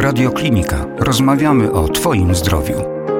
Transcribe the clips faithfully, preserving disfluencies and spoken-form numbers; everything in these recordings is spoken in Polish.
Radio Klinika. Rozmawiamy o Twoim zdrowiu.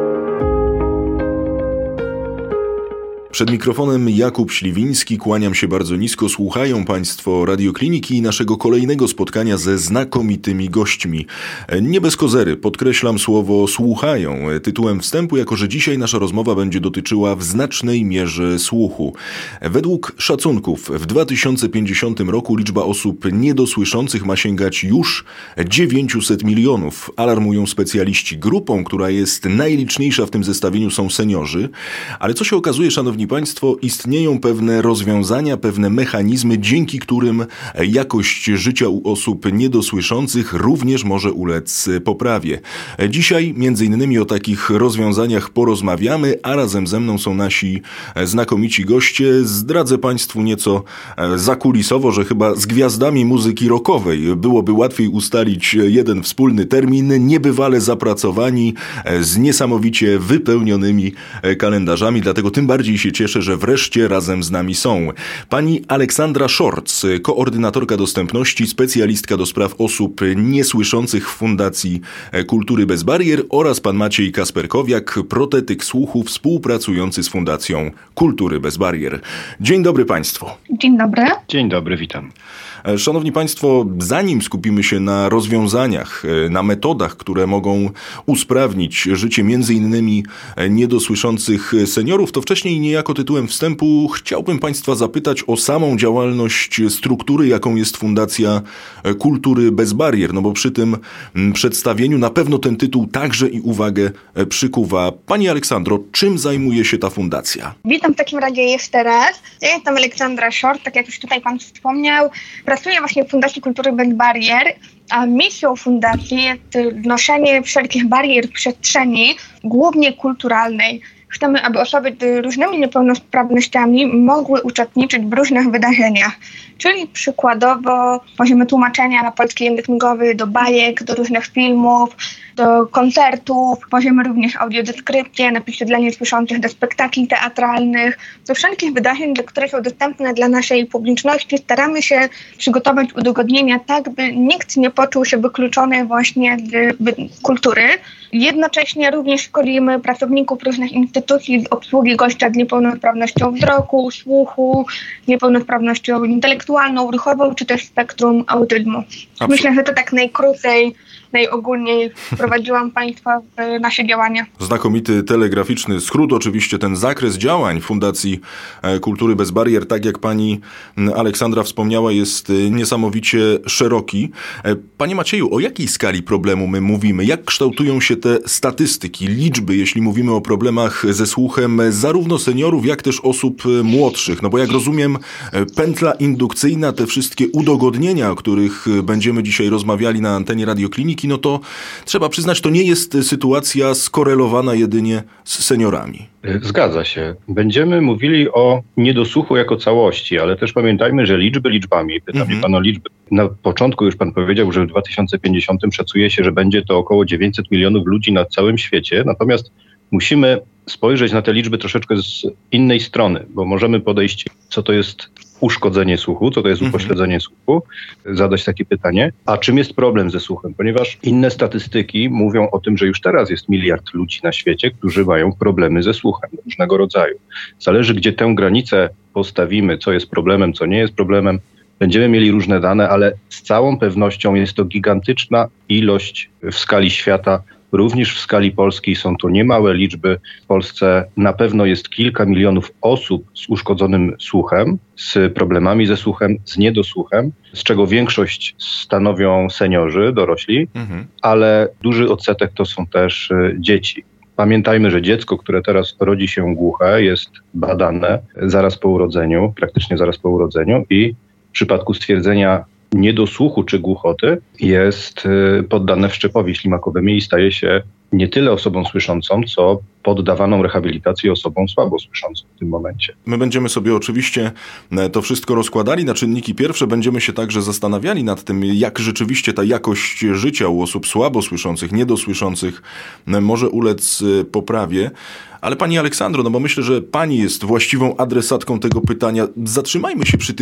Przed mikrofonem Jakub Śliwiński, kłaniam się bardzo nisko. Słuchają Państwo Radiokliniki i naszego kolejnego spotkania ze znakomitymi gośćmi. Nie bez kozery, podkreślam słowo słuchają tytułem wstępu, jako że dzisiaj nasza rozmowa będzie dotyczyła w znacznej mierze słuchu. Według szacunków w dwa tysiące pięćdziesiątym roku liczba osób niedosłyszących ma sięgać już dziewięćset milionów. Alarmują specjaliści. Grupą, która jest najliczniejsza w tym zestawieniu, są seniorzy. Ale co się okazuje, szanowni Państwo, istnieją pewne rozwiązania, pewne mechanizmy, dzięki którym jakość życia u osób niedosłyszących również może ulec poprawie. Dzisiaj między innymi o takich rozwiązaniach porozmawiamy, a razem ze mną są nasi znakomici goście. Zdradzę Państwu nieco zakulisowo, że chyba z gwiazdami muzyki rockowej byłoby łatwiej ustalić jeden wspólny termin, niebywale zapracowani, z niesamowicie wypełnionymi kalendarzami, dlatego tym bardziej się cieszę, że wreszcie razem z nami są pani Aleksandra Szorc, koordynatorka dostępności, specjalistka do spraw osób niesłyszących w Fundacji Kultury Bez Barier, oraz pan Maciej Kasperkowiak, protetyk słuchu współpracujący z Fundacją Kultury Bez Barier. Dzień dobry Państwu. Dzień dobry. Dzień dobry, witam. Szanowni Państwo, zanim skupimy się na rozwiązaniach, na metodach, które mogą usprawnić życie między innymi niedosłyszących seniorów, to wcześniej niejako tytułem wstępu chciałbym Państwa zapytać o samą działalność struktury, jaką jest Fundacja Kultury Bez Barier, no bo przy tym przedstawieniu na pewno ten tytuł także i uwagę przykuwa. Pani Aleksandro, czym zajmuje się ta fundacja? Witam w takim razie jeszcze raz. Ja jestem Aleksandra Szorc, tak jak już tutaj Pan wspomniał. Pracuję właśnie w Fundacji Kultury Bez Barier, a misją fundacji jest znoszenie wszelkich barier w przestrzeni, głównie kulturalnej. Chcemy, aby osoby z różnymi niepełnosprawnościami mogły uczestniczyć w różnych wydarzeniach. Czyli przykładowo możemy tłumaczenia na polski język migowy do bajek, do różnych filmów, do koncertów. Możemy również audiodeskrypcje, napisy dla niesłyszących, do spektakli teatralnych, do wszelkich wydarzeń, które są dostępne dla naszej publiczności. Staramy się przygotować udogodnienia tak, by nikt nie poczuł się wykluczony właśnie z kultury. Jednocześnie również szkolimy pracowników różnych instytucji z obsługi gościa z niepełnosprawnością wzroku, słuchu, niepełnosprawnością intelektualną, ruchową, czy też spektrum autyzmu. Absol- Myślę, że to tak najkrócej, najogólniej wprowadziłam Państwa w nasze działania. Znakomity telegraficzny skrót, oczywiście ten zakres działań Fundacji Kultury Bez Barier, tak jak pani Aleksandra wspomniała, jest niesamowicie szeroki. Panie Macieju, o jakiej skali problemu my mówimy? Jak kształtują się te statystyki, liczby, jeśli mówimy o problemach ze słuchem zarówno seniorów, jak też osób młodszych? No bo jak rozumiem, pętla indukcyjna, te wszystkie udogodnienia, o których będziemy dzisiaj rozmawiali na antenie Radiokliniki, no to trzeba przyznać, to nie jest sytuacja skorelowana jedynie z seniorami. Zgadza się. Będziemy mówili o niedosłuchu jako całości, ale też pamiętajmy, że liczby liczbami. Pyta mnie pan o liczby. Na początku już pan powiedział, że w dwa tysiące pięćdziesiątym szacuje się, że będzie to około dziewięćset milionów ludzi na całym świecie. Natomiast musimy spojrzeć na te liczby troszeczkę z innej strony, bo możemy podejść, co to jest uszkodzenie słuchu, co to jest upośledzenie słuchu, zadać takie pytanie, a czym jest problem ze słuchem? Ponieważ inne statystyki mówią o tym, że już teraz jest miliard ludzi na świecie, którzy mają problemy ze słuchem różnego rodzaju. Zależy, gdzie tę granicę postawimy, co jest problemem, co nie jest problemem. Będziemy mieli różne dane, ale z całą pewnością jest to gigantyczna ilość w skali świata. Również w skali polskiej są to niemałe liczby. W Polsce na pewno jest kilka milionów osób z uszkodzonym słuchem, z problemami ze słuchem, z niedosłuchem, z czego większość stanowią seniorzy, dorośli, mhm. ale duży odsetek to są też dzieci. Pamiętajmy, że dziecko, które teraz rodzi się głuche, jest badane zaraz po urodzeniu, praktycznie zaraz po urodzeniu, i w przypadku stwierdzenia niedosłuchu czy głuchoty jest poddane wszczepowi ślimakowemu i staje się nie tyle osobą słyszącą, co poddawaną rehabilitacji osobą słabo słyszącą w tym momencie. My będziemy sobie oczywiście to wszystko rozkładali na czynniki pierwsze, będziemy się także zastanawiali nad tym, jak rzeczywiście ta jakość życia u osób słabo słyszących, niedosłyszących może ulec poprawie. Ale pani Aleksandro, no bo myślę, że pani jest właściwą adresatką tego pytania. Zatrzymajmy się przy tych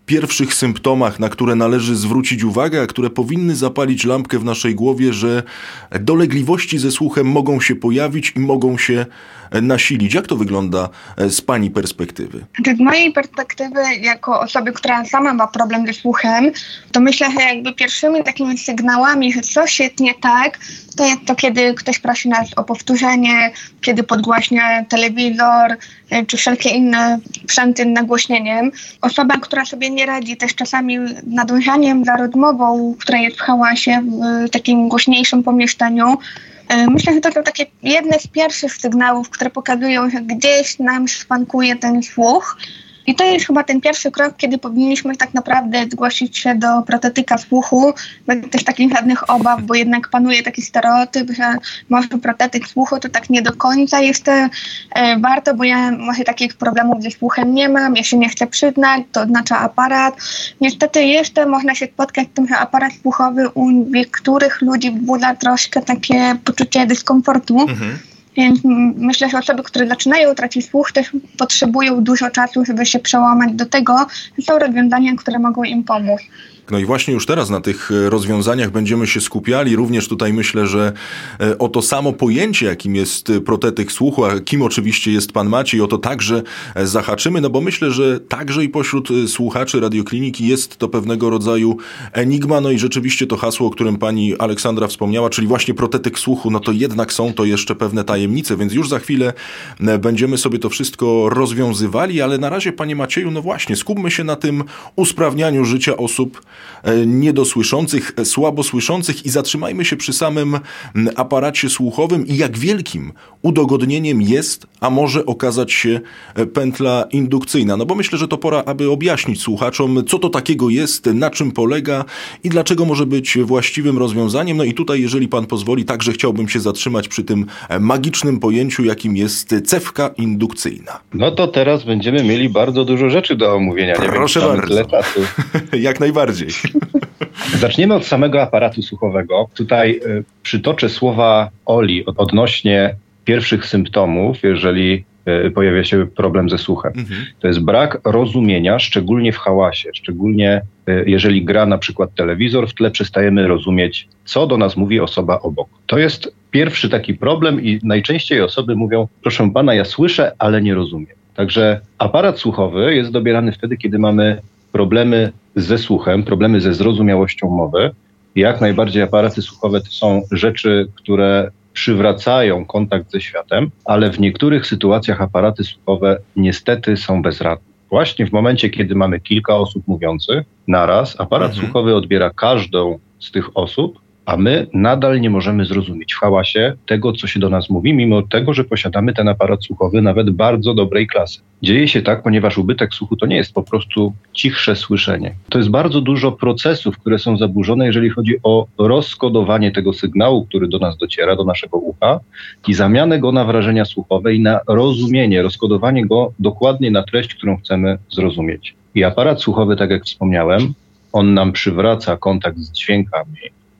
pierwszych symptomach, na które należy zwrócić uwagę, a które powinny zapalić lampkę w naszej głowie, że dolegliwości ze słuchem mogą się pojawić i mogą się nasilić. Jak to wygląda z pani perspektywy? Z mojej perspektywy, jako osoby, która sama ma problem ze słuchem, to myślę, że jakby pierwszymi takimi sygnałami, że coś jest nie tak, to jest to, kiedy ktoś prosi nas o powtórzenie, kiedy podgłaśnia telewizor, czy wszelkie inne sprzęty nagłośnieniem. Osoba, która sobie nie radzi też czasami nadążaniem za rozmową, która jest w hałasie, w takim głośniejszym pomieszczeniu. Myślę, że to są takie jedne z pierwszych sygnałów, które pokazują, że gdzieś nam szwankuje ten słuch. I to jest chyba ten pierwszy krok, kiedy powinniśmy tak naprawdę zgłosić się do protetyka słuchu, bez też takich żadnych obaw, bo jednak panuje taki stereotyp, że może protetyk słuchu to tak nie do końca jeszcze e, warto, bo ja może takich problemów ze słuchem nie mam, ja się nie chcę przyznać, to oznacza aparat. Niestety jeszcze można się spotkać z tym, że aparat słuchowy u niektórych ludzi wzbudza troszkę takie poczucie dyskomfortu. Mhm. Więc myślę, że osoby, które zaczynają tracić słuch, też potrzebują dużo czasu, żeby się przełamać do tego, że są rozwiązania, które mogą im pomóc. No i właśnie już teraz na tych rozwiązaniach będziemy się skupiali. Również tutaj myślę, że o to samo pojęcie, jakim jest protetyk słuchu, a kim oczywiście jest pan Maciej, o to także zahaczymy, no bo myślę, że także i pośród słuchaczy Radiokliniki jest to pewnego rodzaju enigma, no i rzeczywiście to hasło, o którym pani Aleksandra wspomniała, czyli właśnie protetyk słuchu, no to jednak są to jeszcze pewne tajemnice, więc już za chwilę będziemy sobie to wszystko rozwiązywali, ale na razie, panie Macieju, no właśnie, skupmy się na tym usprawnianiu życia osób niedosłyszących, słabosłyszących i zatrzymajmy się przy samym aparacie słuchowym i jak wielkim udogodnieniem jest, a może okazać się pętla indukcyjna. No bo myślę, że to pora, aby objaśnić słuchaczom, co to takiego jest, na czym polega i dlaczego może być właściwym rozwiązaniem. No i tutaj, jeżeli pan pozwoli, także chciałbym się zatrzymać przy tym magicznym pojęciu, jakim jest cewka indukcyjna. No to teraz będziemy mieli bardzo dużo rzeczy do omówienia. Nie Proszę wiem, bardzo. Tyle czasu. Jak najbardziej. Zaczniemy od samego aparatu słuchowego. Tutaj y, przytoczę słowa Oli odnośnie pierwszych symptomów, jeżeli y, pojawia się problem ze słuchem. Mhm. To jest brak rozumienia, szczególnie w hałasie, szczególnie y, jeżeli gra na przykład telewizor, w tle przestajemy rozumieć, co do nas mówi osoba obok. To jest pierwszy taki problem i najczęściej osoby mówią, proszę pana, ja słyszę, ale nie rozumiem. Także aparat słuchowy jest dobierany wtedy, kiedy mamy problemy ze słuchem, problemy ze zrozumiałością mowy. Jak najbardziej aparaty słuchowe to są rzeczy, które przywracają kontakt ze światem, ale w niektórych sytuacjach aparaty słuchowe niestety są bezradne. Właśnie w momencie, kiedy mamy kilka osób mówiących naraz, aparat mhm. słuchowy odbiera każdą z tych osób, a my nadal nie możemy zrozumieć w hałasie tego, co się do nas mówi, mimo tego, że posiadamy ten aparat słuchowy nawet bardzo dobrej klasy. Dzieje się tak, ponieważ ubytek słuchu to nie jest po prostu cichsze słyszenie. To jest bardzo dużo procesów, które są zaburzone, jeżeli chodzi o rozkodowanie tego sygnału, który do nas dociera, do naszego ucha i zamianę go na wrażenia słuchowe i na rozumienie, rozkodowanie go dokładnie na treść, którą chcemy zrozumieć. I aparat słuchowy, tak jak wspomniałem, on nam przywraca kontakt z dźwiękami.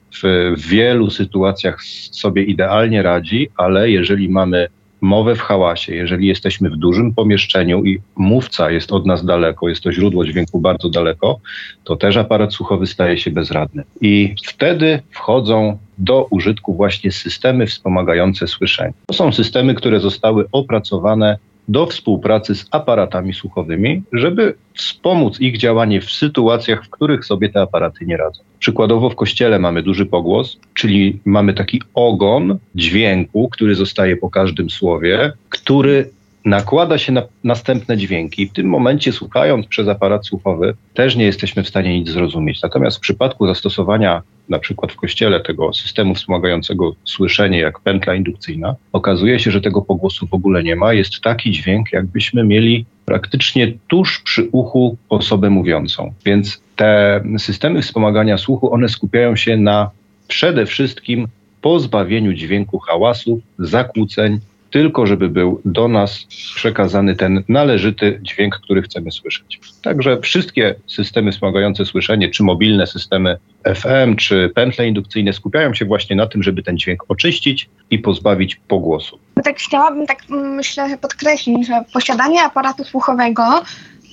W wielu sytuacjach sobie idealnie radzi, ale jeżeli mamy mowę w hałasie, jeżeli jesteśmy w dużym pomieszczeniu i mówca jest od nas daleko, jest to źródło dźwięku bardzo daleko, to też aparat słuchowy staje się bezradny. I wtedy wchodzą do użytku właśnie systemy wspomagające słyszenie. To są systemy, które zostały opracowane do współpracy z aparatami słuchowymi, żeby wspomóc ich działanie w sytuacjach, w których sobie te aparaty nie radzą. Przykładowo w kościele mamy duży pogłos, czyli mamy taki ogon dźwięku, który zostaje po każdym słowie, który nakłada się na następne dźwięki. I w tym momencie, słuchając przez aparat słuchowy, też nie jesteśmy w stanie nic zrozumieć. Natomiast w przypadku zastosowania na przykład w kościele tego systemu wspomagającego słyszenie jak pętla indukcyjna, okazuje się, że tego pogłosu w ogóle nie ma. Jest taki dźwięk, jakbyśmy mieli praktycznie tuż przy uchu osobę mówiącą. Więc te systemy wspomagania słuchu, one skupiają się na przede wszystkim pozbawieniu dźwięku hałasów, zakłóceń, tylko żeby był do nas przekazany ten należyty dźwięk, który chcemy słyszeć. Także wszystkie systemy wspomagające słyszenie, czy mobilne systemy F M, czy pętle indukcyjne skupiają się właśnie na tym, żeby ten dźwięk oczyścić i pozbawić pogłosu. Tak chciałabym tak myślę podkreślić, że posiadanie aparatu słuchowego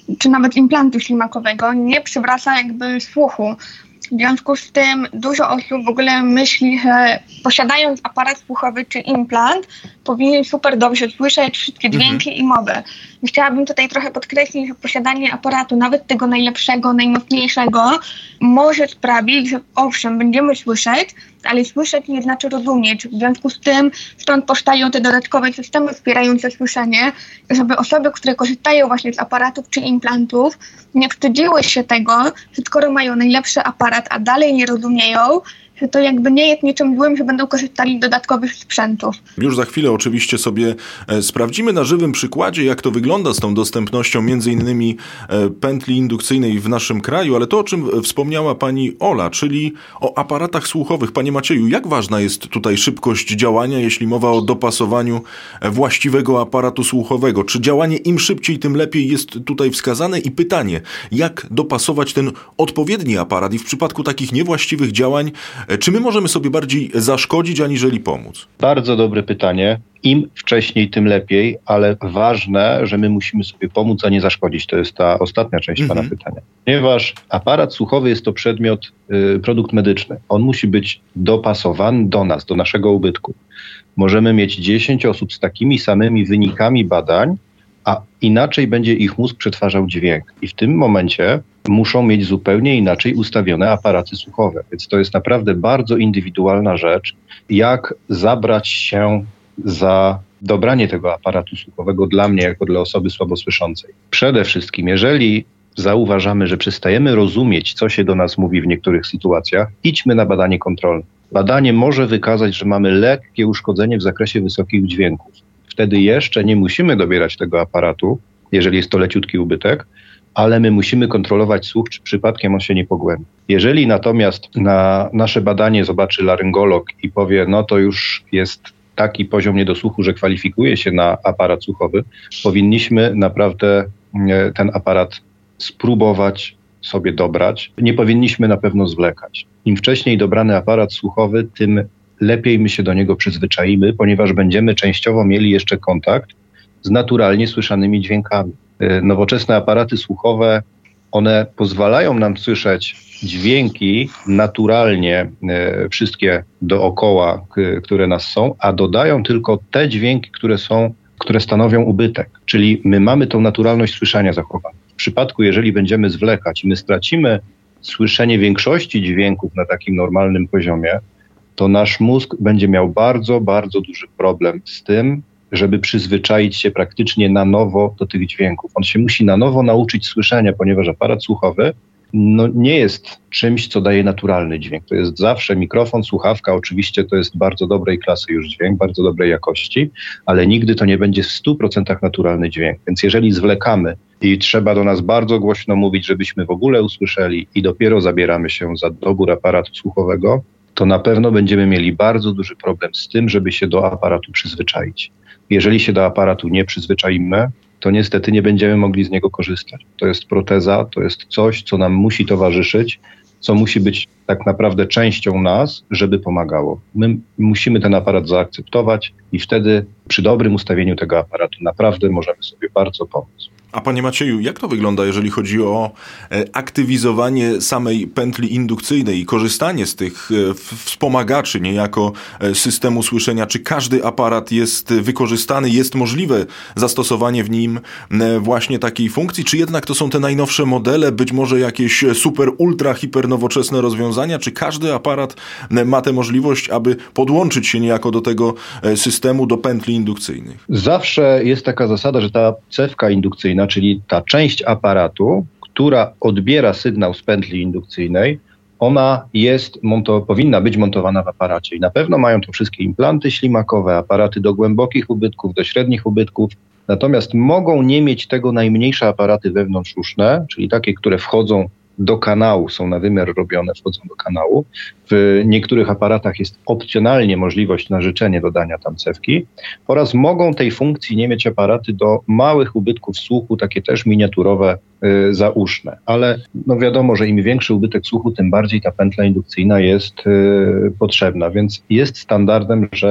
czy nawet implantu ślimakowego nie przywraca jakby słuchu. W związku z tym dużo osób w ogóle myśli, że posiadając aparat słuchowy czy implant powinien super dobrze słyszeć wszystkie dźwięki mhm. i mowę. I chciałabym tutaj trochę podkreślić, że posiadanie aparatu, nawet tego najlepszego, najmocniejszego, może sprawić, że owszem, będziemy słyszeć, ale słyszeć nie znaczy rozumieć. W związku z tym stąd powstają te dodatkowe systemy wspierające słyszenie, żeby osoby, które korzystają właśnie z aparatów czy implantów, nie wstydziły się tego, że skoro mają najlepszy aparat, a dalej nie rozumieją, że to jakby nie jest niczym złym, że będą korzystali z dodatkowych sprzętów. Już za chwilę oczywiście sobie e, sprawdzimy na żywym przykładzie, jak to wygląda z tą dostępnością między innymi e, pętli indukcyjnej w naszym kraju, ale to, o czym wspomniała pani Ola, czyli o aparatach słuchowych. Panie Macieju, jak ważna jest tutaj szybkość działania, jeśli mowa o dopasowaniu właściwego aparatu słuchowego? Czy działanie im szybciej, tym lepiej jest tutaj wskazane? I pytanie, jak dopasować ten odpowiedni aparat i w przypadku takich niewłaściwych działań, czy my możemy sobie bardziej zaszkodzić, aniżeli pomóc? Bardzo dobre pytanie. Im wcześniej, tym lepiej, ale ważne, że my musimy sobie pomóc, a nie zaszkodzić. To jest ta ostatnia część mhm. pana pytania. Ponieważ aparat słuchowy jest to przedmiot, y, produkt medyczny. On musi być dopasowany do nas, do naszego ubytku. Możemy mieć dziesięć osób z takimi samymi wynikami badań, a inaczej będzie ich mózg przetwarzał dźwięk. I w tym momencie muszą mieć zupełnie inaczej ustawione aparaty słuchowe. Więc to jest naprawdę bardzo indywidualna rzecz, jak zabrać się za dobranie tego aparatu słuchowego dla mnie, jako dla osoby słabosłyszącej. Przede wszystkim, jeżeli zauważamy, że przestajemy rozumieć, co się do nas mówi w niektórych sytuacjach, idźmy na badanie kontrolne. Badanie może wykazać, że mamy lekkie uszkodzenie w zakresie wysokich dźwięków. Wtedy jeszcze nie musimy dobierać tego aparatu, jeżeli jest to leciutki ubytek, ale my musimy kontrolować słuch, czy przypadkiem on się nie pogłębi. Jeżeli natomiast na nasze badanie zobaczy laryngolog i powie, no to już jest taki poziom niedosłuchu, że kwalifikuje się na aparat słuchowy, powinniśmy naprawdę ten aparat spróbować sobie dobrać. Nie powinniśmy na pewno zwlekać. Im wcześniej dobrany aparat słuchowy, tym lepiej my się do niego przyzwyczaimy, ponieważ będziemy częściowo mieli jeszcze kontakt z naturalnie słyszanymi dźwiękami. Nowoczesne aparaty słuchowe, one pozwalają nam słyszeć dźwięki naturalnie, e, wszystkie dookoła, k, które nas są, a dodają tylko te dźwięki, które są, które stanowią ubytek. Czyli my mamy tą naturalność słyszenia zachowaną. W przypadku, jeżeli będziemy zwlekać i my stracimy słyszenie większości dźwięków na takim normalnym poziomie, to nasz mózg będzie miał bardzo, bardzo duży problem z tym, żeby przyzwyczaić się praktycznie na nowo do tych dźwięków. On się musi na nowo nauczyć słyszenia, ponieważ aparat słuchowy no, nie jest czymś, co daje naturalny dźwięk. To jest zawsze mikrofon, słuchawka, oczywiście to jest bardzo dobrej klasy już dźwięk, bardzo dobrej jakości, ale nigdy to nie będzie w stu procentach naturalny dźwięk. Więc jeżeli zwlekamy i trzeba do nas bardzo głośno mówić, żebyśmy w ogóle usłyszeli i dopiero zabieramy się za dobór aparatu słuchowego, to na pewno będziemy mieli bardzo duży problem z tym, żeby się do aparatu przyzwyczaić. Jeżeli się do aparatu nie przyzwyczaimy, to niestety nie będziemy mogli z niego korzystać. To jest proteza, to jest coś, co nam musi towarzyszyć, co musi być tak naprawdę częścią nas, żeby pomagało. My musimy ten aparat zaakceptować i wtedy przy dobrym ustawieniu tego aparatu naprawdę możemy sobie bardzo pomóc. A panie Macieju, jak to wygląda, jeżeli chodzi o aktywizowanie samej pętli indukcyjnej i korzystanie z tych wspomagaczy niejako systemu słyszenia? Czy każdy aparat jest wykorzystany, jest możliwe zastosowanie w nim właśnie takiej funkcji? Czy jednak to są te najnowsze modele, być może jakieś super, ultra, hipernowoczesne rozwiązania? Czy każdy aparat ma tę możliwość, aby podłączyć się niejako do tego systemu, do pętli indukcyjnych? Zawsze jest taka zasada, że ta cewka indukcyjna, czyli ta część aparatu, która odbiera sygnał z pętli indukcyjnej, ona jest, monto, powinna być montowana w aparacie. I na pewno mają to wszystkie implanty ślimakowe, aparaty do głębokich ubytków, do średnich ubytków. Natomiast mogą nie mieć tego najmniejsze aparaty wewnątrzuszne, czyli takie, które wchodzą do kanału, są na wymiar robione, wchodzą do kanału. W niektórych aparatach jest opcjonalnie możliwość na życzenie dodania tam cewki oraz mogą tej funkcji nie mieć aparaty do małych ubytków słuchu, takie też miniaturowe, y, zauszne. Ale no wiadomo, że im większy ubytek słuchu, tym bardziej ta pętla indukcyjna jest y, potrzebna, więc jest standardem, że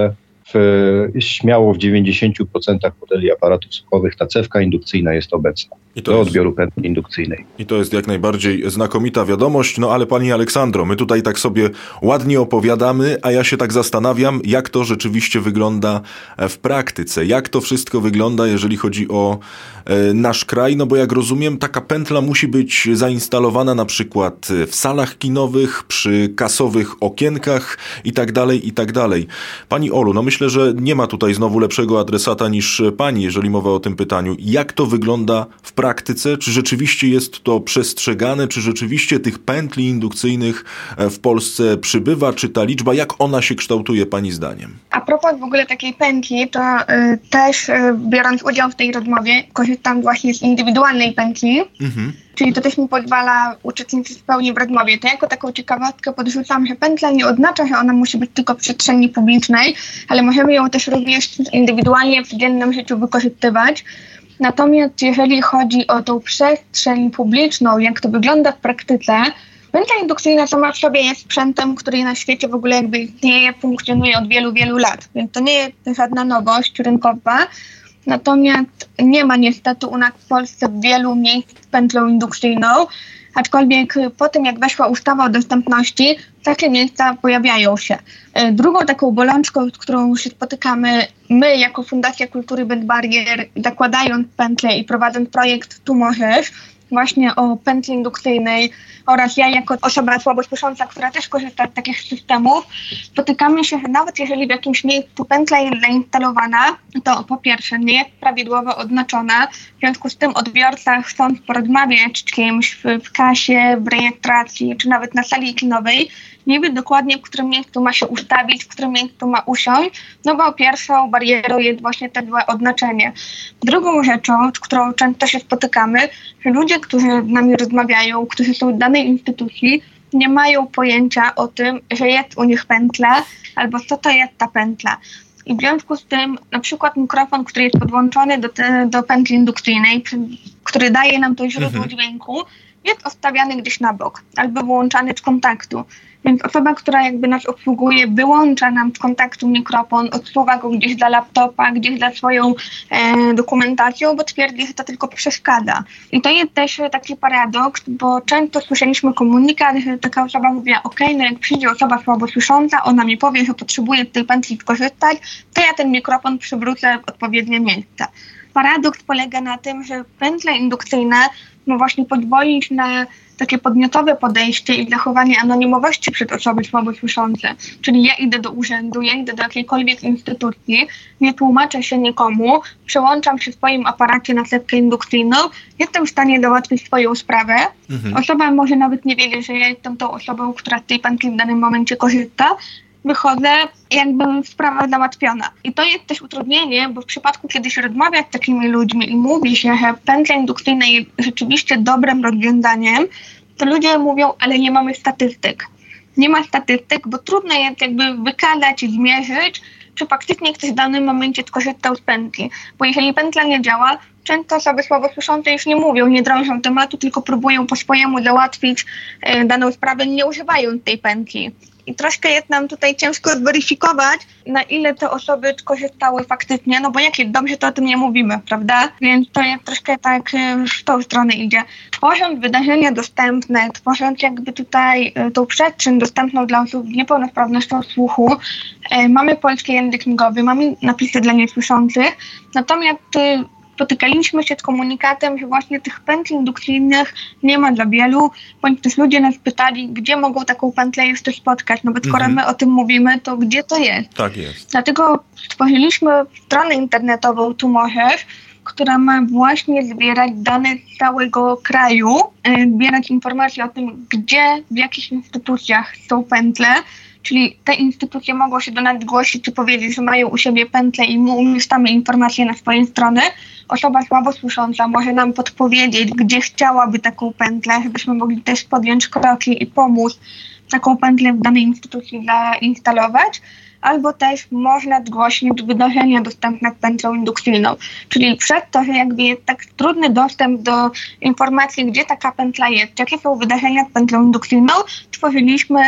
w, śmiało w dziewięćdziesięciu procentach modeli aparatów słuchowych ta cewka indukcyjna jest obecna I to do jest, odbioru pętli indukcyjnej. I to jest jak najbardziej znakomita wiadomość. No ale pani Aleksandro, my tutaj tak sobie ładnie opowiadamy, a ja się tak zastanawiam, jak to rzeczywiście wygląda w praktyce. Jak to wszystko wygląda, jeżeli chodzi o e, nasz kraj? No bo jak rozumiem, taka pętla musi być zainstalowana na przykład w salach kinowych, przy kasowych okienkach i tak dalej, i tak dalej. Pani Olu, no myślę, że nie ma tutaj znowu lepszego adresata niż pani, jeżeli mowa o tym pytaniu. Jak to wygląda w praktyce? Czy rzeczywiście jest to przestrzegane? Czy rzeczywiście tych pętli indukcyjnych w Polsce przybywa? Czy ta liczba, jak ona się kształtuje pani zdaniem? A propos w ogóle takiej pętli, to y, też y, biorąc udział w tej rozmowie, korzystam właśnie z indywidualnej pętli. Mhm. Czyli to też mi pozwala uczestniczyć w pełni w rozmowie. To jako taką ciekawostkę podrzucam, że pętla nie oznacza, że ona musi być tylko w przestrzeni publicznej, ale możemy ją też również indywidualnie w codziennym życiu wykorzystywać. Natomiast jeżeli chodzi o tą przestrzeń publiczną, jak to wygląda w praktyce, pętla indukcyjna sama w sobie jest sprzętem, który na świecie w ogóle jakby istnieje, funkcjonuje od wielu, wielu lat. Więc to nie jest żadna nowość rynkowa. Natomiast nie ma niestety u nas w Polsce wielu miejsc z pętlą indukcyjną, aczkolwiek po tym, jak weszła ustawa o dostępności, takie miejsca pojawiają się. Drugą taką bolączką, z którą się spotykamy my jako Fundacja Kultury Bez Barier, zakładając pętlę i prowadząc projekt Tu Możesz, właśnie o pętli indukcyjnej oraz ja jako osoba słabosłysząca, która też korzysta z takich systemów, spotykamy się, że nawet jeżeli w jakimś miejscu pętla jest zainstalowana, to po pierwsze nie jest prawidłowo oznaczona, w związku z tym odbiorca, chcąc porozmawiać z kimś w, w kasie, w rejestracji czy nawet na sali kinowej, nie wie dokładnie, w którym miejscu ma się ustawić, w którym miejscu ma usiąść, no bo pierwszą barierą jest właśnie to złe oznaczenie. Drugą rzeczą, z którą często się spotykamy, że ludzie, którzy z nami rozmawiają, którzy są w danej instytucji, nie mają pojęcia o tym, że jest u nich pętla, albo co to jest ta pętla. I w związku z tym na przykład mikrofon, który jest podłączony do, te, do pętli indukcyjnej, który daje nam to źródło mhm. dźwięku, jest odstawiany gdzieś na bok albo wyłączany z kontaktu. Więc osoba, która jakby nas obsługuje, wyłącza nam z kontaktu mikrofon, odsuwa go gdzieś dla laptopa, gdzieś za swoją e, dokumentacją, bo twierdzi, że to tylko przeszkadza. I to jest też taki paradoks, bo często słyszeliśmy komunikat, że taka osoba mówiła, ok, no jak przyjdzie osoba słabosłysząca, ona mi powie, że potrzebuje z tej pętli skorzystać, to ja ten mikrofon przywrócę w odpowiednie miejsce. Paradoks polega na tym, że pętla indukcyjna ma właśnie pozwolić na takie podmiotowe podejście i zachowanie anonimowości przed osoby słabosłyszące. Czyli ja idę do urzędu, ja idę do jakiejkolwiek instytucji, nie tłumaczę się nikomu, przełączam się w swoim aparacie na cewkę indukcyjną, jestem w stanie załatwić swoją sprawę. Mhm. Osoba może nawet nie wiedzieć, że ja jestem tą osobą, która z tej pętli w danym momencie korzysta. Wychodzę, jakby sprawa załatwiona. I to jest też utrudnienie, bo w przypadku, kiedy się rozmawia z takimi ludźmi i mówi się, że pętla indukcyjna jest rzeczywiście dobrym rozwiązaniem, to ludzie mówią, ale nie mamy statystyk. Nie ma statystyk, bo trudno jest jakby wykazać i zmierzyć, czy faktycznie ktoś w danym momencie skorzystał z pętli. Bo jeżeli pętla nie działa, często osoby słabosłyszące już nie mówią, nie drążą tematu, tylko próbują po swojemu załatwić e, daną sprawę, nie używając tej pętli. I troszkę jest nam tutaj ciężko zweryfikować, na ile te osoby korzystały faktycznie, no bo jak jest dobrze, to o tym nie mówimy, prawda? Więc to jest troszkę tak w tą stronę idzie. Tworząc wydarzenia dostępne, tworząc jakby tutaj tą przestrzeń dostępną dla osób z niepełnosprawnością słuchu, e, mamy polski język migowy, mamy napisy dla niesłyszących, natomiast e, spotykaliśmy się z komunikatem, że właśnie tych pętli indukcyjnych nie ma dla wielu, bądź też ludzie nas pytali, gdzie mogą taką pętlę jeszcze spotkać, no bo skoro mm-hmm. my o tym mówimy, to gdzie to jest? Tak jest. Dlatego stworzyliśmy stronę internetową Tu Możesz, która ma właśnie zbierać dane z całego kraju, zbierać informacje o tym, gdzie, w jakich instytucjach są pętle, czyli te instytucje mogą się do nas zgłosić czy powiedzieć, że mają u siebie pętle i my umieszczamy informacje na swojej stronie. Osoba słabosłysząca może nam podpowiedzieć, gdzie chciałaby taką pętlę, żebyśmy mogli też podjąć kroki i pomóc taką pętlę w danej instytucji zainstalować. Albo też można zgłosić wydarzenia dostępne z pętlą indukcyjną. Czyli przez to, że jakby jest tak trudny dostęp do informacji, gdzie taka pętla jest, jakie są wydarzenia z pętlą indukcyjną, tworzyliśmy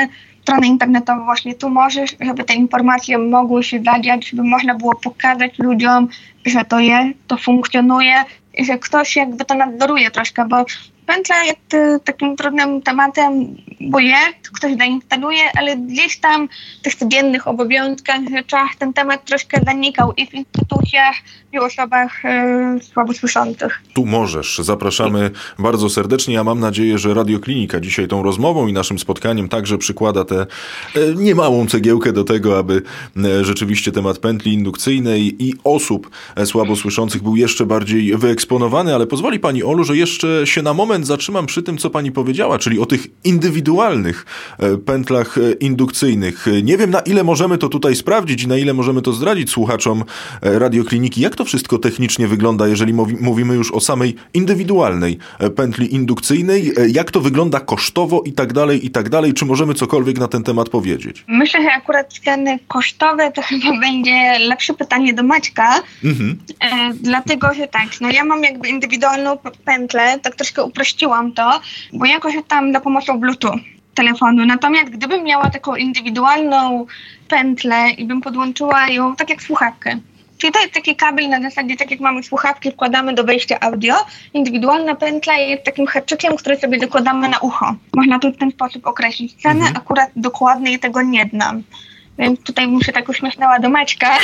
stronę internetową właśnie tu możesz, żeby te informacje mogły się zadziać, żeby można było pokazać ludziom, że to jest, to funkcjonuje i że ktoś jakby to nadzoruje troszkę, bo pętla jest y, takim trudnym tematem, bo jest, ktoś zainstaluje, ale gdzieś tam w tych codziennych obowiązkach, rzeczach ten temat troszkę zanikał i w instytucjach, i w osobach y, słabosłyszących. Tu możesz. Zapraszamy bardzo serdecznie. Ja mam nadzieję, że Radio Klinika dzisiaj tą rozmową i naszym spotkaniem także przykłada tę e, niemałą cegiełkę do tego, aby e, rzeczywiście temat pętli indukcyjnej i osób e, słabosłyszących był jeszcze bardziej wyeksponowany, ale pozwoli Pani, Olu, że jeszcze się na moment zatrzymam przy tym, co Pani powiedziała, czyli o tych indywidualnych e, pętlach e, indukcyjnych. Nie wiem, na ile możemy to tutaj sprawdzić i na ile możemy to zdradzić słuchaczom e, Radio Kliniki. Jak to wszystko technicznie wygląda, jeżeli mowi, mówimy już o samej indywidualnej pętli indukcyjnej? Jak to wygląda kosztowo i tak dalej, i tak dalej? Czy możemy cokolwiek na ten temat powiedzieć? Myślę, że akurat ceny kosztowe to chyba będzie lepsze pytanie do Maćka, mhm. e, dlatego, że tak, no ja mam jakby indywidualną pętlę, tak troszkę uprościłam to, bo ja korzystam za pomocą Bluetooth telefonu, natomiast gdybym miała taką indywidualną pętlę i bym podłączyła ją tak jak słuchawkę, czyli to jest taki kabel na zasadzie, tak jak mamy słuchawki, wkładamy do wejścia audio. Indywidualna pętla jest takim haczykiem, który sobie dokładamy na ucho. Można to w ten sposób określić cenę, mhm. akurat dokładniej tego nie znam. Więc tutaj bym się tak uśmiechnęła do Maćka.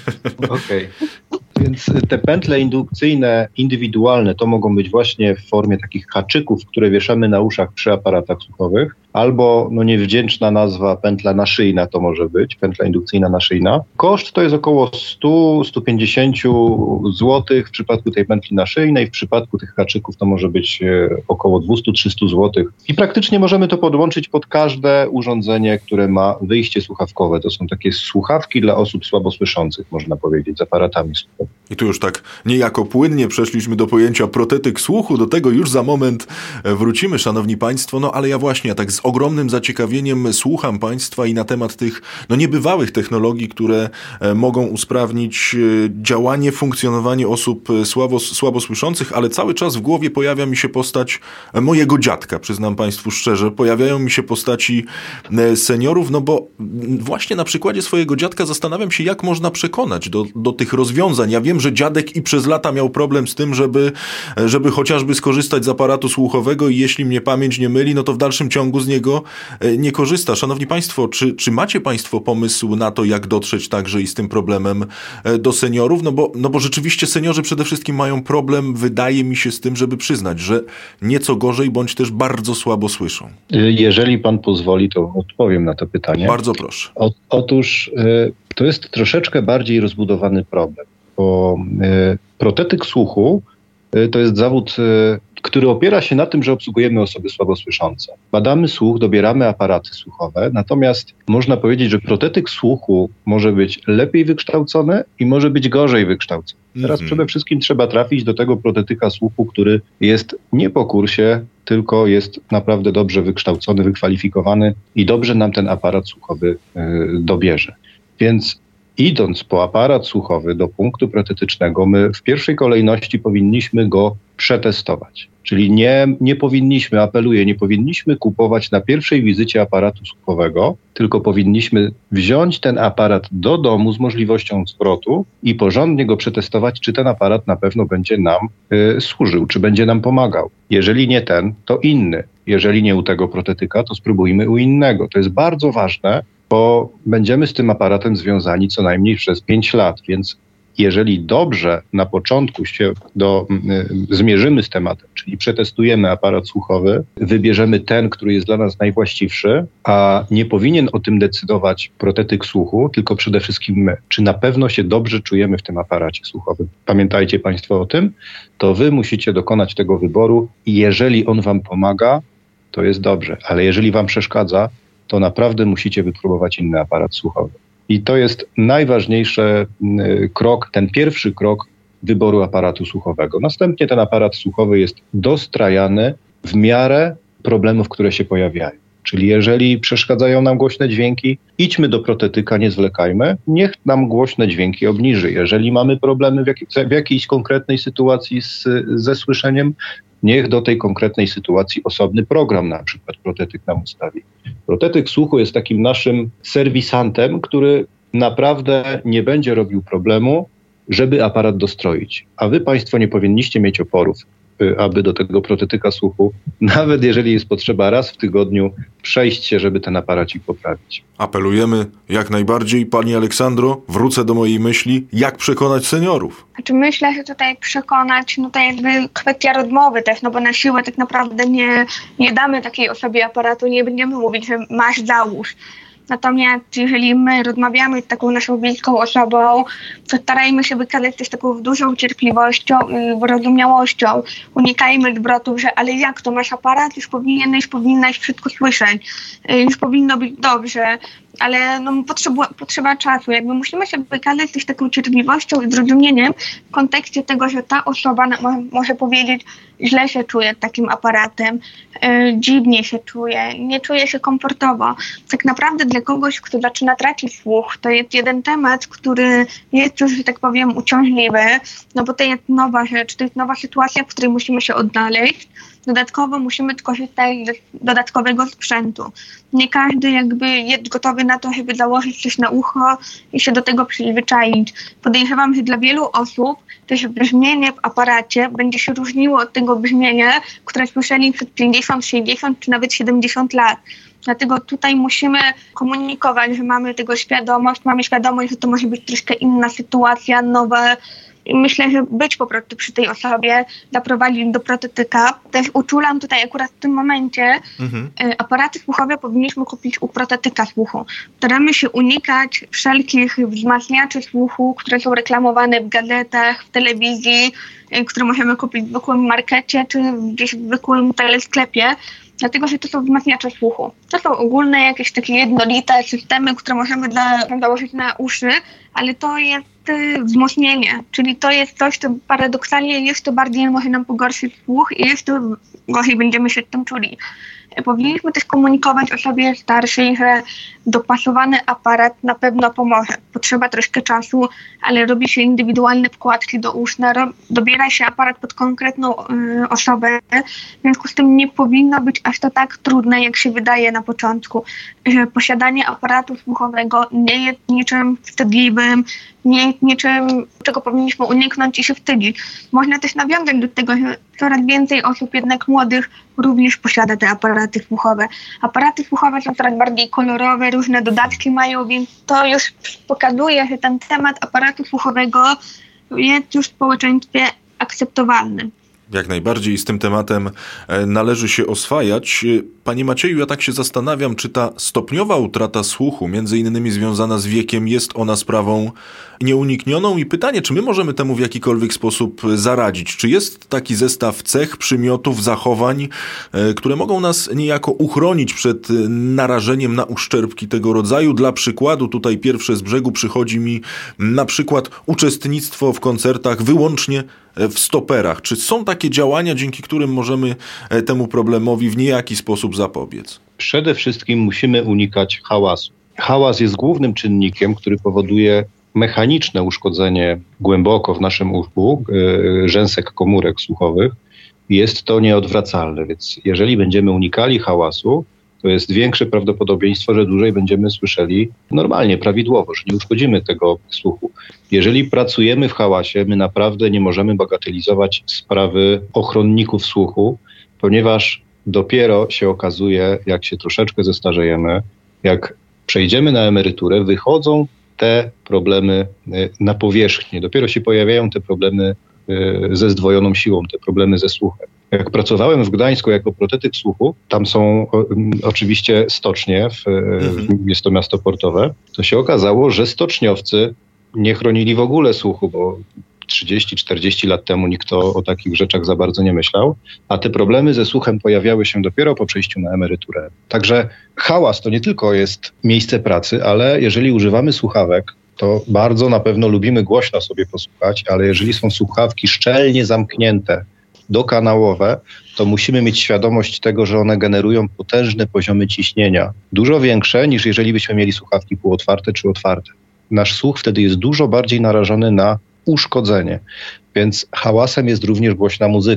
Okej. Okay. Więc te pętle indukcyjne, indywidualne, to mogą być właśnie w formie takich haczyków, które wieszamy na uszach przy aparatach słuchowych, albo no niewdzięczna nazwa pętla naszyjna to może być, pętla indukcyjna naszyjna. Koszt to jest około sto do stu pięćdziesięciu złotych w przypadku tej pętli naszyjnej, w przypadku tych haczyków to może być około dwieście do trzystu złotych. I praktycznie możemy to podłączyć pod każde urządzenie, które ma wyjście słuchawkowe. To są takie słuchawki dla osób słabosłyszących, można powiedzieć, z aparatami słuchowymi. I tu już tak niejako płynnie przeszliśmy do pojęcia protetyk słuchu, do tego już za moment wrócimy, szanowni państwo, no ale ja właśnie ja tak z ogromnym zaciekawieniem słucham państwa i na temat tych no niebywałych technologii, które mogą usprawnić działanie, funkcjonowanie osób słabo, słabosłyszących, ale cały czas w głowie pojawia mi się postać mojego dziadka, przyznam państwu szczerze, pojawiają mi się postaci seniorów, no bo właśnie na przykładzie swojego dziadka zastanawiam się, jak można przekonać do, do tych rozwiązań. Ja wiem, że dziadek i przez lata miał problem z tym, żeby, żeby chociażby skorzystać z aparatu słuchowego i jeśli mnie pamięć nie myli, no to w dalszym ciągu z niego nie korzysta. Szanowni państwo, czy, czy macie państwo pomysł na to, jak dotrzeć także i z tym problemem do seniorów? No bo, no bo rzeczywiście seniorzy przede wszystkim mają problem, wydaje mi się, z tym, żeby przyznać, że nieco gorzej bądź też bardzo słabo słyszą. Jeżeli pan pozwoli, to odpowiem na to pytanie. Bardzo proszę. O, otóż y, to jest troszeczkę bardziej rozbudowany problem, bo y, protetyk słuchu y, to jest zawód, y, który opiera się na tym, że obsługujemy osoby słabosłyszące. Badamy słuch, dobieramy aparaty słuchowe, natomiast można powiedzieć, że protetyk słuchu może być lepiej wykształcony i może być gorzej wykształcony. Teraz mm-hmm. przede wszystkim trzeba trafić do tego protetyka słuchu, który jest nie po kursie, tylko jest naprawdę dobrze wykształcony, wykwalifikowany i dobrze nam ten aparat słuchowy y, dobierze. Więc idąc po aparat słuchowy do punktu protetycznego, my w pierwszej kolejności powinniśmy go przetestować. Czyli nie, nie powinniśmy, apeluję, nie powinniśmy kupować na pierwszej wizycie aparatu słuchowego, tylko powinniśmy wziąć ten aparat do domu z możliwością zwrotu i porządnie go przetestować, czy ten aparat na pewno będzie nam y, służył, czy będzie nam pomagał. Jeżeli nie ten, to inny. Jeżeli nie u tego protetyka, to spróbujmy u innego. To jest bardzo ważne, bo będziemy z tym aparatem związani co najmniej przez pięć lat, więc jeżeli dobrze na początku się do, y, zmierzymy z tematem, czyli przetestujemy aparat słuchowy, wybierzemy ten, który jest dla nas najwłaściwszy, a nie powinien o tym decydować protetyk słuchu, tylko przede wszystkim my. Czy na pewno się dobrze czujemy w tym aparacie słuchowym? Pamiętajcie państwo o tym, to wy musicie dokonać tego wyboru i jeżeli on wam pomaga, to jest dobrze, ale jeżeli wam przeszkadza, to naprawdę musicie wypróbować inny aparat słuchowy. I to jest najważniejszy krok, ten pierwszy krok wyboru aparatu słuchowego. Następnie ten aparat słuchowy jest dostrajany w miarę problemów, które się pojawiają. Czyli jeżeli przeszkadzają nam głośne dźwięki, idźmy do protetyka, nie zwlekajmy, niech nam głośne dźwięki obniży. Jeżeli mamy problemy w, jak, w jakiejś konkretnej sytuacji z, ze słyszeniem, niech do tej konkretnej sytuacji osobny program, na przykład protetyk nam ustawi. Protetyk słuchu jest takim naszym serwisantem, który naprawdę nie będzie robił problemu, żeby aparat dostroić. A wy państwo nie powinniście mieć oporów, aby do tego protetyka słuchu, nawet jeżeli jest potrzeba raz w tygodniu, przejść się, żeby ten aparacik poprawić. Apelujemy jak najbardziej. Pani Aleksandro, wrócę do mojej myśli, jak przekonać seniorów? Znaczy myślę, że tutaj przekonać, no to jakby kwestia rozmowy też, no bo na siłę tak naprawdę nie, nie damy takiej osobie aparatu, nie będziemy mówić, że masz, załóż. Natomiast jeżeli my rozmawiamy z taką naszą bliską osobą, to starajmy się wykazać też taką dużą cierpliwością i wyrozumiałością. Unikajmy zwrotów, że ale jak to, masz aparat, już powinieneś, powinnaś wszystko słyszeć, już powinno być dobrze, ale no, potrzeba, potrzeba czasu. Jakby musimy się wykazać też taką cierpliwością i zrozumieniem w kontekście tego, że ta osoba na, może powiedzieć, źle się czuje takim aparatem, yy, dziwnie się czuje, nie czuje się komfortowo. Tak naprawdę dla kogoś, kto zaczyna tracić słuch, to jest jeden temat, który jest już, że tak powiem, uciążliwy, no bo to jest nowa rzecz, to jest nowa sytuacja, w której musimy się odnaleźć. Dodatkowo musimy korzystać z dodatkowego sprzętu. Nie każdy jakby jest gotowy na to, żeby założyć coś na ucho i się do tego przyzwyczaić. Podejrzewam, że dla wielu osób też brzmienie w aparacie będzie się różniło od tego brzmienia, które słyszeli przez pięćdziesiąt, sześćdziesiąt czy nawet siedemdziesiąt lat. Dlatego tutaj musimy komunikować, że mamy tego świadomość, mamy świadomość, że to może być troszkę inna sytuacja, nowa. I myślę, że być po prostu przy tej osobie, zaprowadzić do protetyka. Też uczulam tutaj akurat w tym momencie, mhm. aparaty słuchowe powinniśmy kupić u protetyka słuchu. Staramy się unikać wszelkich wzmacniaczy słuchu, które są reklamowane w gazetach, w telewizji, które możemy kupić w zwykłym markecie czy gdzieś w zwykłym telesklepie. Dlatego, że to są wzmacniacze słuchu. To są ogólne jakieś takie jednolite systemy, które możemy dla, założyć na uszy, ale to jest y, wzmocnienie, czyli to jest coś, co paradoksalnie jeszcze bardziej może nam pogorszyć słuch i jeszcze gorzej będziemy się z tym czuli. Powinniśmy też komunikować osobie starszej, że dopasowany aparat na pewno pomoże. Potrzeba troszkę czasu, ale robi się indywidualne wkładki do uszna, ro- dobiera się aparat pod konkretną y, osobę. W związku z tym nie powinno być aż to tak trudne, jak się wydaje na początku. Że posiadanie aparatu słuchowego nie jest niczym wstydliwym, nie jest niczym, czego powinniśmy uniknąć i się wstydzić. Można też nawiązać do tego, że coraz więcej osób jednak młodych również posiada te aparaty słuchowe. Aparaty słuchowe są coraz bardziej kolorowe, różne dodatki mają, więc to już pokazuje, że ten temat aparatu słuchowego jest już w społeczeństwie akceptowalny. Jak najbardziej z tym tematem należy się oswajać. Panie Macieju, ja tak się zastanawiam, czy ta stopniowa utrata słuchu, między innymi związana z wiekiem, jest ona sprawą nieuniknioną? I pytanie, czy my możemy temu w jakikolwiek sposób zaradzić? Czy jest taki zestaw cech, przymiotów, zachowań, które mogą nas niejako uchronić przed narażeniem na uszczerbki tego rodzaju? Dla przykładu, tutaj pierwsze z brzegu przychodzi mi na przykład uczestnictwo w koncertach wyłącznie w stoperach. Czy są takie działania, dzięki którym możemy temu problemowi w niejaki sposób zapobiec? Przede wszystkim musimy unikać hałasu. Hałas jest głównym czynnikiem, który powoduje mechaniczne uszkodzenie głęboko w naszym uchu, yy, rzęsek komórek słuchowych. Jest to nieodwracalne, więc jeżeli będziemy unikali hałasu, to jest większe prawdopodobieństwo, że dłużej będziemy słyszeli normalnie, prawidłowo, że nie uszkodzimy tego słuchu. Jeżeli pracujemy w hałasie, my naprawdę nie możemy bagatelizować sprawy ochronników słuchu, ponieważ dopiero się okazuje, jak się troszeczkę zestarzejemy, jak przejdziemy na emeryturę, wychodzą te problemy na powierzchnię. Dopiero się pojawiają te problemy ze zdwojoną siłą, te problemy ze słuchem. Jak pracowałem w Gdańsku jako protetyk słuchu, tam są o, oczywiście stocznie, w, mhm. jest to miasto portowe, to się okazało, że stoczniowcy nie chronili w ogóle słuchu, bo trzydzieści czterdzieści lat temu nikt o, o takich rzeczach za bardzo nie myślał, a te problemy ze słuchem pojawiały się dopiero po przejściu na emeryturę. Także hałas to nie tylko jest miejsce pracy, ale jeżeli używamy słuchawek, to bardzo na pewno lubimy głośno sobie posłuchać, ale jeżeli są słuchawki szczelnie zamknięte, dokanałowe, to musimy mieć świadomość tego, że one generują potężne poziomy ciśnienia. Dużo większe niż jeżeli byśmy mieli słuchawki półotwarte czy otwarte. Nasz słuch wtedy jest dużo bardziej narażony na uszkodzenie. Więc hałasem jest również głośna muzyka.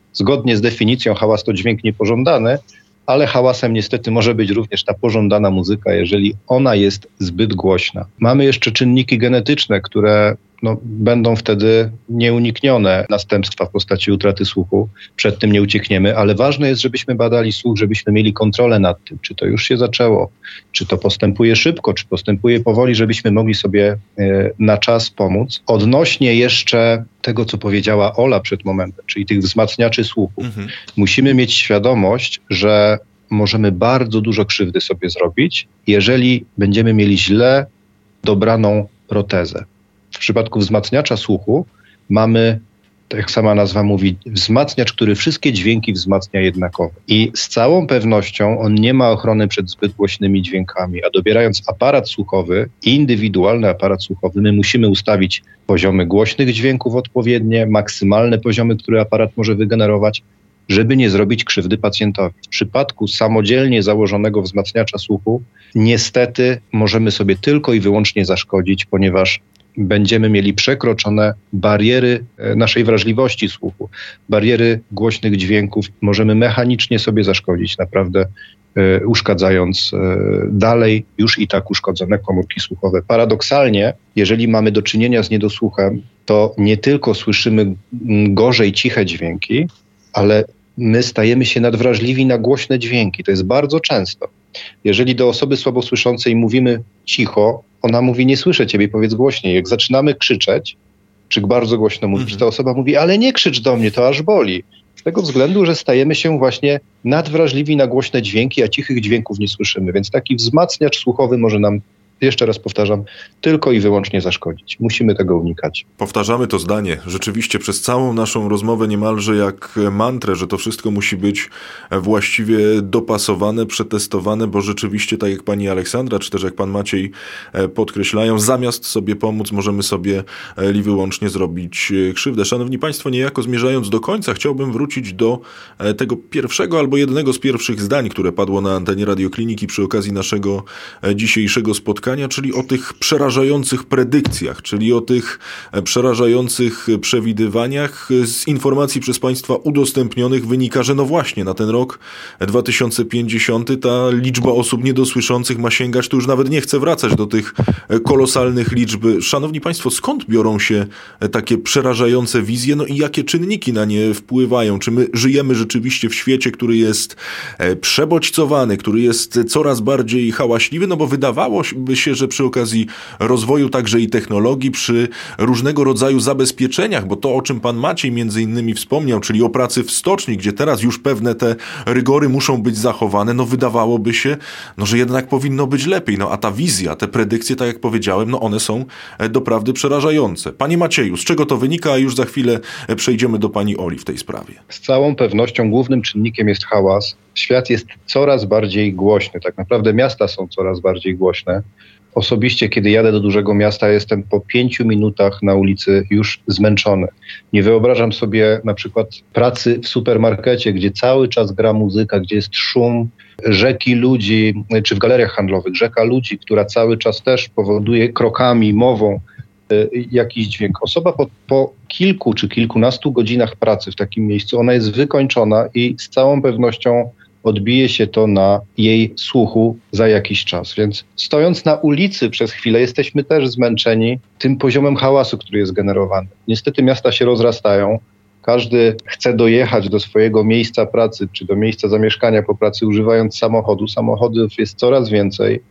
Zgodnie z definicją hałas to dźwięk niepożądany, ale hałasem niestety może być również ta pożądana muzyka, jeżeli ona jest zbyt głośna. Mamy jeszcze czynniki genetyczne, które no, będą wtedy nieuniknione następstwa w postaci utraty słuchu. Przed tym nie uciekniemy, ale ważne jest, żebyśmy badali słuch, żebyśmy mieli kontrolę nad tym, czy to już się zaczęło, czy to postępuje szybko, czy postępuje powoli, żebyśmy mogli sobie y, na czas pomóc. Odnośnie jeszcze tego, co powiedziała Ola przed momentem, czyli tych wzmacniaczy słuchu, mhm. musimy mieć świadomość, że możemy bardzo dużo krzywdy sobie zrobić, jeżeli będziemy mieli źle dobraną protezę. W przypadku wzmacniacza słuchu mamy, tak jak sama nazwa mówi, wzmacniacz, który wszystkie dźwięki wzmacnia jednakowo. I z całą pewnością on nie ma ochrony przed zbyt głośnymi dźwiękami, a dobierając aparat słuchowy, indywidualny aparat słuchowy, my musimy ustawić poziomy głośnych dźwięków odpowiednie, maksymalne poziomy, które aparat może wygenerować, żeby nie zrobić krzywdy pacjentowi. W przypadku samodzielnie założonego wzmacniacza słuchu niestety możemy sobie tylko i wyłącznie zaszkodzić, ponieważ będziemy mieli przekroczone bariery naszej wrażliwości słuchu, bariery głośnych dźwięków. Możemy mechanicznie sobie zaszkodzić, naprawdę e, uszkadzając e, dalej już i tak uszkodzone komórki słuchowe. Paradoksalnie, jeżeli mamy do czynienia z niedosłuchem, to nie tylko słyszymy gorzej ciche dźwięki, ale my stajemy się nadwrażliwi na głośne dźwięki. To jest bardzo często. Jeżeli do osoby słabosłyszącej mówimy cicho, ona mówi, nie słyszę ciebie, powiedz głośniej. Jak zaczynamy krzyczeć, czy bardzo głośno mówić, mhm. to osoba mówi, ale nie krzycz do mnie, to aż boli. Z tego względu, że stajemy się właśnie nadwrażliwi na głośne dźwięki, a cichych dźwięków nie słyszymy. Więc taki wzmacniacz słuchowy może nam, jeszcze raz powtarzam, tylko i wyłącznie zaszkodzić. Musimy tego unikać. Powtarzamy to zdanie rzeczywiście przez całą naszą rozmowę niemalże jak mantrę, że to wszystko musi być właściwie dopasowane, przetestowane, bo rzeczywiście, tak jak pani Aleksandra, czy też jak pan Maciej podkreślają, zamiast sobie pomóc, możemy sobie i wyłącznie zrobić krzywdę. Szanowni państwo, niejako zmierzając do końca, chciałbym wrócić do tego pierwszego albo jednego z pierwszych zdań, które padło na antenie Radiokliniki przy okazji naszego dzisiejszego spotkania, czyli o tych przerażających predykcjach, czyli o tych przerażających przewidywaniach. Z informacji przez państwa udostępnionych wynika, że no właśnie na ten rok dwa tysiące pięćdziesiąty ta liczba osób niedosłyszących ma sięgać, tu już nawet nie chcę wracać do tych kolosalnych liczb. Szanowni państwo, skąd biorą się takie przerażające wizje, no i jakie czynniki na nie wpływają? Czy my żyjemy rzeczywiście w świecie, który jest przebodźcowany, który jest coraz bardziej hałaśliwy, no bo wydawało by się, że przy okazji rozwoju także i technologii, przy różnego rodzaju zabezpieczeniach, bo to, o czym pan Maciej między innymi wspomniał, czyli o pracy w stoczni, gdzie teraz już pewne te rygory muszą być zachowane, no wydawałoby się, no, że jednak powinno być lepiej. No a ta wizja, te predykcje, tak jak powiedziałem, no one są doprawdy przerażające. Panie Macieju, z czego to wynika? A już za chwilę przejdziemy do pani Oli w tej sprawie. Z całą pewnością głównym czynnikiem jest hałas. Świat jest coraz bardziej głośny. Tak naprawdę miasta są coraz bardziej głośne. Osobiście, kiedy jadę do dużego miasta, jestem po pięciu minutach na ulicy już zmęczony. Nie wyobrażam sobie na przykład pracy w supermarkecie, gdzie cały czas gra muzyka, gdzie jest szum rzeki ludzi, czy w galeriach handlowych, rzeka ludzi, która cały czas też powoduje krokami, mową y, jakiś dźwięk. Osoba po, po kilku czy kilkunastu godzinach pracy w takim miejscu, ona jest wykończona i z całą pewnością odbije się to na jej słuchu za jakiś czas. Więc stojąc na ulicy przez chwilę jesteśmy też zmęczeni tym poziomem hałasu, który jest generowany. Niestety miasta się rozrastają. Każdy chce dojechać do swojego miejsca pracy czy do miejsca zamieszkania po pracy używając samochodu. Samochodów jest coraz więcej.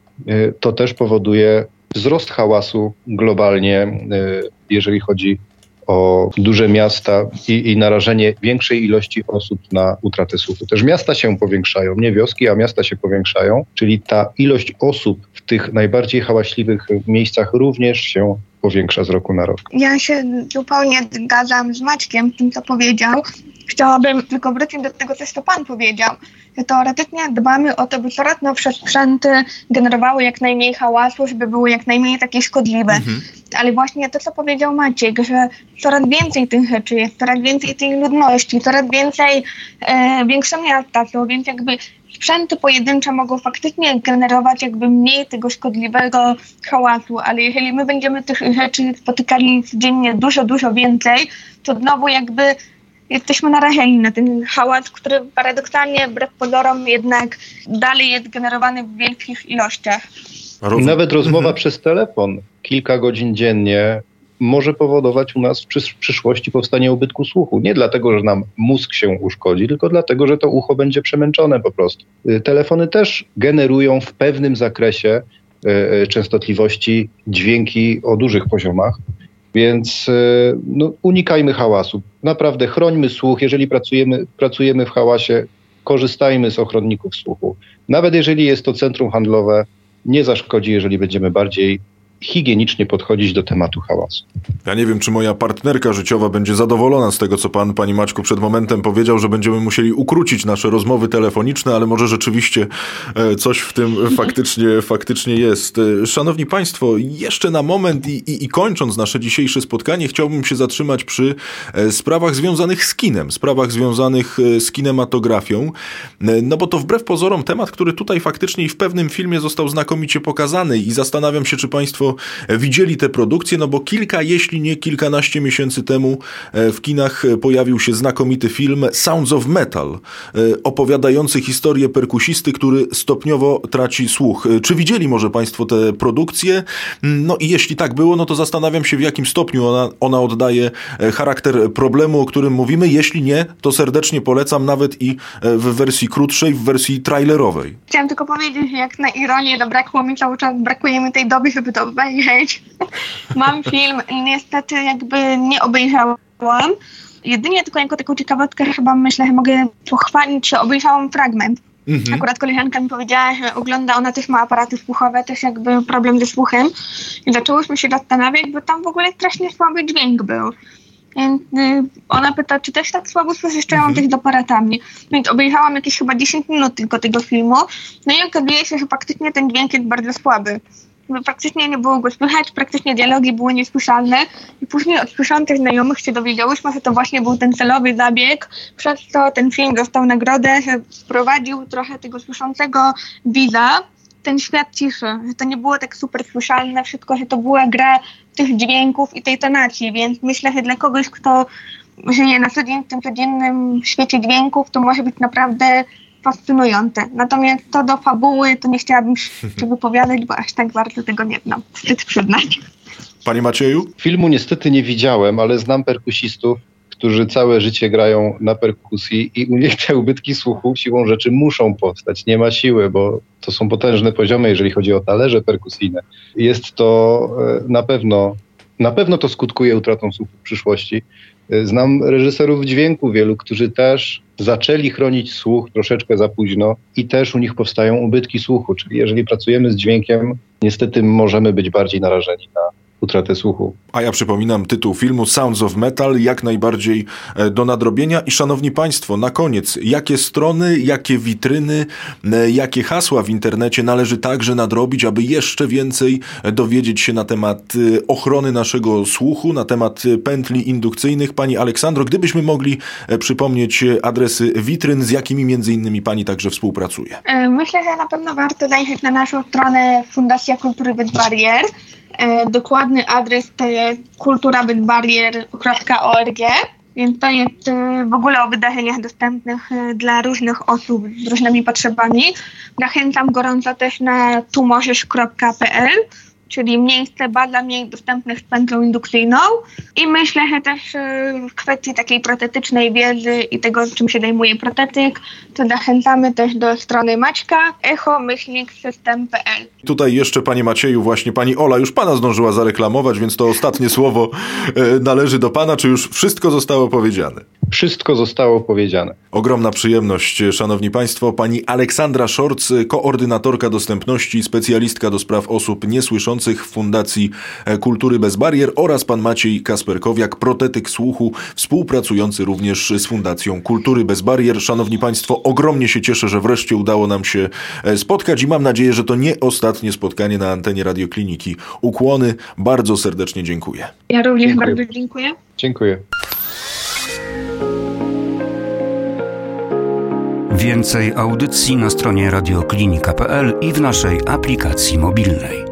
To też powoduje wzrost hałasu globalnie, jeżeli chodzi o duże miasta i, i narażenie większej ilości osób na utratę słuchu. Też miasta się powiększają, nie wioski, a miasta się powiększają, czyli ta ilość osób w tych najbardziej hałaśliwych miejscach również się powiększa z roku na rok. Ja się zupełnie zgadzam z Maćkiem w tym, co powiedział. Chciałabym tylko wrócić do tego, co pan powiedział. Teoretycznie dbamy o to, by coraz nowsze sprzęty generowały jak najmniej hałasu, żeby były jak najmniej takie szkodliwe. Mhm. Ale właśnie to, co powiedział Maciek, że coraz więcej tych rzeczy jest, coraz więcej tej ludności, coraz więcej, e, większe miasta są, więc jakby sprzęty pojedyncze mogą faktycznie generować jakby mniej tego szkodliwego hałasu, ale jeżeli my będziemy tych rzeczy spotykali codziennie dużo, dużo więcej, to znowu jakby jesteśmy narażeni na ten hałas, który paradoksalnie, wbrew pozorom, jednak dalej jest generowany w wielkich ilościach. I nawet rozmowa mhm. przez telefon kilka godzin dziennie może powodować u nas w przysz- przyszłości powstanie ubytku słuchu. Nie dlatego, że nam mózg się uszkodzi, tylko dlatego, że to ucho będzie przemęczone po prostu. Telefony też generują w pewnym zakresie e, częstotliwości dźwięki o dużych poziomach, więc e, no, unikajmy hałasu. Naprawdę chrońmy słuch. Jeżeli pracujemy, pracujemy w hałasie, korzystajmy z ochronników słuchu. Nawet jeżeli jest to centrum handlowe, nie zaszkodzi, jeżeli będziemy bardziej higienicznie podchodzić do tematu hałasu. Ja nie wiem, czy moja partnerka życiowa będzie zadowolona z tego, co pan, pani Maćku, przed momentem powiedział, że będziemy musieli ukrócić nasze rozmowy telefoniczne, ale może rzeczywiście coś w tym faktycznie, faktycznie jest. Szanowni Państwo, jeszcze na moment i, i, i kończąc nasze dzisiejsze spotkanie, chciałbym się zatrzymać przy sprawach związanych z kinem, sprawach związanych z kinematografią, no bo to wbrew pozorom temat, który tutaj faktycznie i w pewnym filmie został znakomicie pokazany i zastanawiam się, czy Państwo widzieli te produkcje, no bo kilka, jeśli nie kilkanaście miesięcy temu w kinach pojawił się znakomity film Sounds of Metal, opowiadający historię perkusisty, który stopniowo traci słuch. Czy widzieli może Państwo te produkcje? No i jeśli tak było, no to zastanawiam się, w jakim stopniu ona, ona oddaje charakter problemu, o którym mówimy. Jeśli nie, to serdecznie polecam, nawet i w wersji krótszej, w wersji trailerowej. Chciałam tylko powiedzieć, że jak na ironię, to brakło mi cały czas, brakuje mi tej doby, żeby to obejrzeć. Mam film, niestety jakby nie obejrzałam. Jedynie tylko jako taką ciekawostkę chyba myślę, że mogę pochwalić, że obejrzałam fragment. Mhm. Akurat koleżanka mi powiedziała, że ogląda, ona też ma aparaty słuchowe, też jakby problem ze słuchem. I zaczęłyśmy się zastanawiać, bo tam w ogóle strasznie słaby dźwięk był. Więc y, ona pyta, czy też tak słabo słyszysz, czy ja mam też z aparatami. Więc obejrzałam jakieś chyba dziesięć minut tylko tego filmu. No i okazuje się, że faktycznie ten dźwięk jest bardzo słaby. Praktycznie nie było go słychać, praktycznie dialogi były niesłyszalne i później od słyszących znajomych się dowiedziałyśmy, że to właśnie był ten celowy zabieg, przez co ten film dostał nagrodę, że wprowadził trochę tego słyszącego widza, ten świat ciszy, że to nie było tak super słyszalne wszystko, że to była gra tych dźwięków i tej tonacji, więc myślę, że dla kogoś, kto żyje na co dzień w tym codziennym świecie dźwięków, to może być naprawdę fascynujące. Natomiast to do fabuły, to nie chciałabym się wypowiadać, bo aż tak bardzo tego nie znam. Wstyd przyznać. Panie Macieju? Filmu niestety nie widziałem, ale znam perkusistów, którzy całe życie grają na perkusji i u nich te ubytki słuchu siłą rzeczy muszą powstać. Nie ma siły, bo to są potężne poziomy, jeżeli chodzi o talerze perkusyjne. Jest to na pewno, na pewno to skutkuje utratą słuchu w przyszłości. Znam reżyserów dźwięku wielu, którzy też zaczęli chronić słuch troszeczkę za późno i też u nich powstają ubytki słuchu. Czyli jeżeli pracujemy z dźwiękiem, niestety możemy być bardziej narażeni na utratę słuchu. A ja przypominam tytuł filmu Sounds of Metal, jak najbardziej do nadrobienia. I szanowni Państwo, na koniec, jakie strony, jakie witryny, jakie hasła w internecie należy także nadrobić, aby jeszcze więcej dowiedzieć się na temat ochrony naszego słuchu, na temat pętli indukcyjnych. Pani Aleksandro, gdybyśmy mogli przypomnieć adresy witryn, z jakimi między innymi Pani także współpracuje? Myślę, że na pewno warto zajrzeć na naszą stronę Fundacja Kultury Bez Barier. Dokładny adres to jest kultura bez barier kropka org, więc to jest w ogóle o wydarzeniach dostępnych dla różnych osób z różnymi potrzebami. Zachęcam gorąco też na tu możesz kropka pe el, czyli miejsce badań miejsc dostępnych z pętlą indukcyjną. I myślę, że też w kwestii takiej protetycznej wiedzy i tego, czym się zajmuje protetyk, to zachęcamy też do strony Maćka, echo myślnik system kropka pe el. Tutaj jeszcze, Panie Macieju, właśnie Pani Ola już Pana zdążyła zareklamować, więc to ostatnie słowo należy do Pana. Czy już wszystko zostało powiedziane? Wszystko zostało powiedziane. Ogromna przyjemność, szanowni Państwo. Pani Aleksandra Szorc, koordynatorka dostępności, specjalistka do spraw osób niesłyszących w Fundacji Kultury Bez Barier, oraz pan Maciej Kasperkowiak, protetyk słuchu, współpracujący również z Fundacją Kultury Bez Barier. Szanowni Państwo, ogromnie się cieszę, że wreszcie udało nam się spotkać i mam nadzieję, że to nie ostatnie spotkanie na antenie Radiokliniki. Ukłony, bardzo serdecznie dziękuję. Ja również dziękuję. Bardzo dziękuję. Dziękuję. Więcej audycji na stronie radioklinika kropka pe el i w naszej aplikacji mobilnej.